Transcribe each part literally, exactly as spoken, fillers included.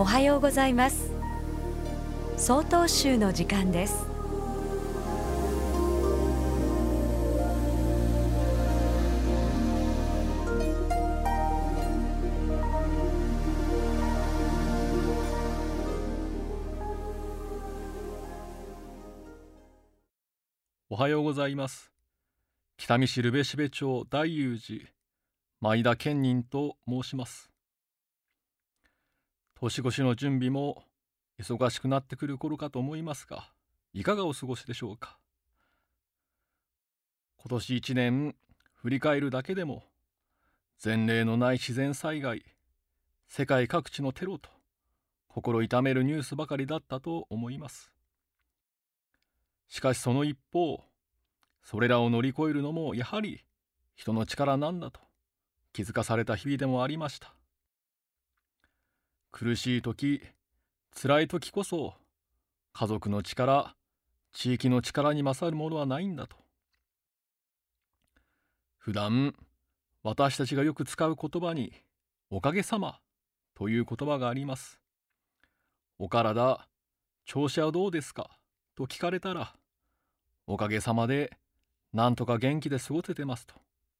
おはようございます。総統集の時間です。 おはようございます。北見市留辺蘂町大雄寺前田健人と申します。年越しの準備も忙しくなってくる頃かと思いますが、いかがお過ごしでしょうか。今年一年振り返るだけでも、前例のない自然災害、世界各地のテロと心痛めるニュースばかりだったと思います。しかしその一方、それらを乗り越えるのもやはり人の力なんだと気づかされた日々でもありました。苦しい時、辛い時こそ家族の力、地域の力に勝るものはないんだと。普段私たちがよく使う言葉におかげさまという言葉があります。お体、調子はどうですかと聞かれたら、おかげさまでなんとか元気で過ごせてますと。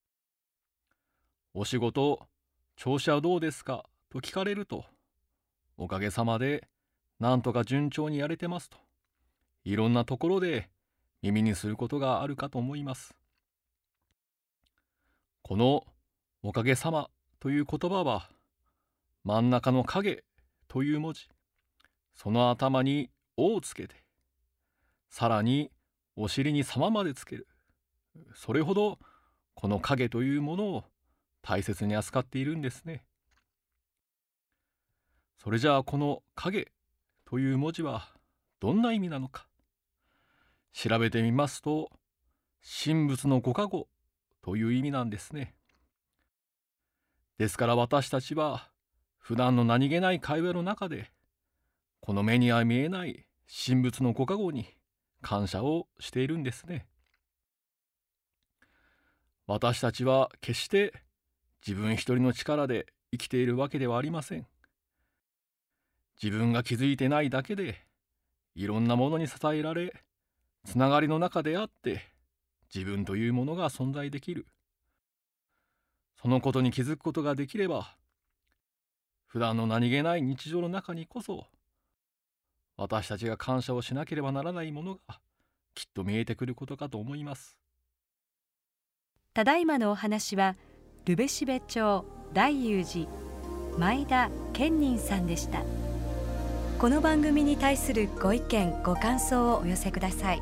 お仕事、調子はどうですかと聞かれると、おかげさまでなんとか順調にやれてますと、いろんなところで耳にすることがあるかと思います。このおかげさまという言葉は、真ん中の影という文字、その頭におをつけて、さらにお尻に様までつける。それほどこの影というものを大切に扱っているんですね。それじゃあこの影という文字はどんな意味なのか。調べてみますと、神仏のご加護という意味なんですね。ですから私たちは普段の何気ない会話の中で、この目には見えない神仏のご加護に感謝をしているんですね。私たちは決して自分一人の力で生きているわけではありません。自分が気づいてないだけで、いろんなものに支えられ、つながりの中であって、自分というものが存在できる。そのことに気づくことができれば、普段の何気ない日常の中にこそ、私たちが感謝をしなければならないものがきっと見えてくることかと思います。 ただいまのお話は、留辺蘂町大雄寺前田健人さんでした。この番組に対するご意見ご感想をお寄せください。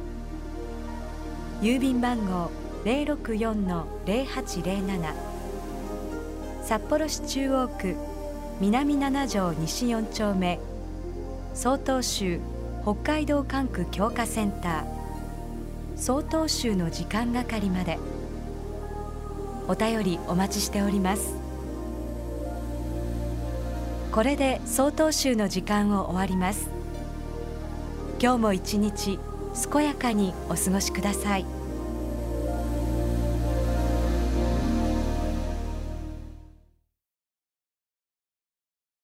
郵便番号 ゼロろくよんのゼロはちゼロなな、 札幌市中央区南なな条西よん丁目、総統集北海道管区強化センター、総統集の時間係まで。お便りお待ちしております。これで総統集の時間を終わります。今日も一日健やかにお過ごしください。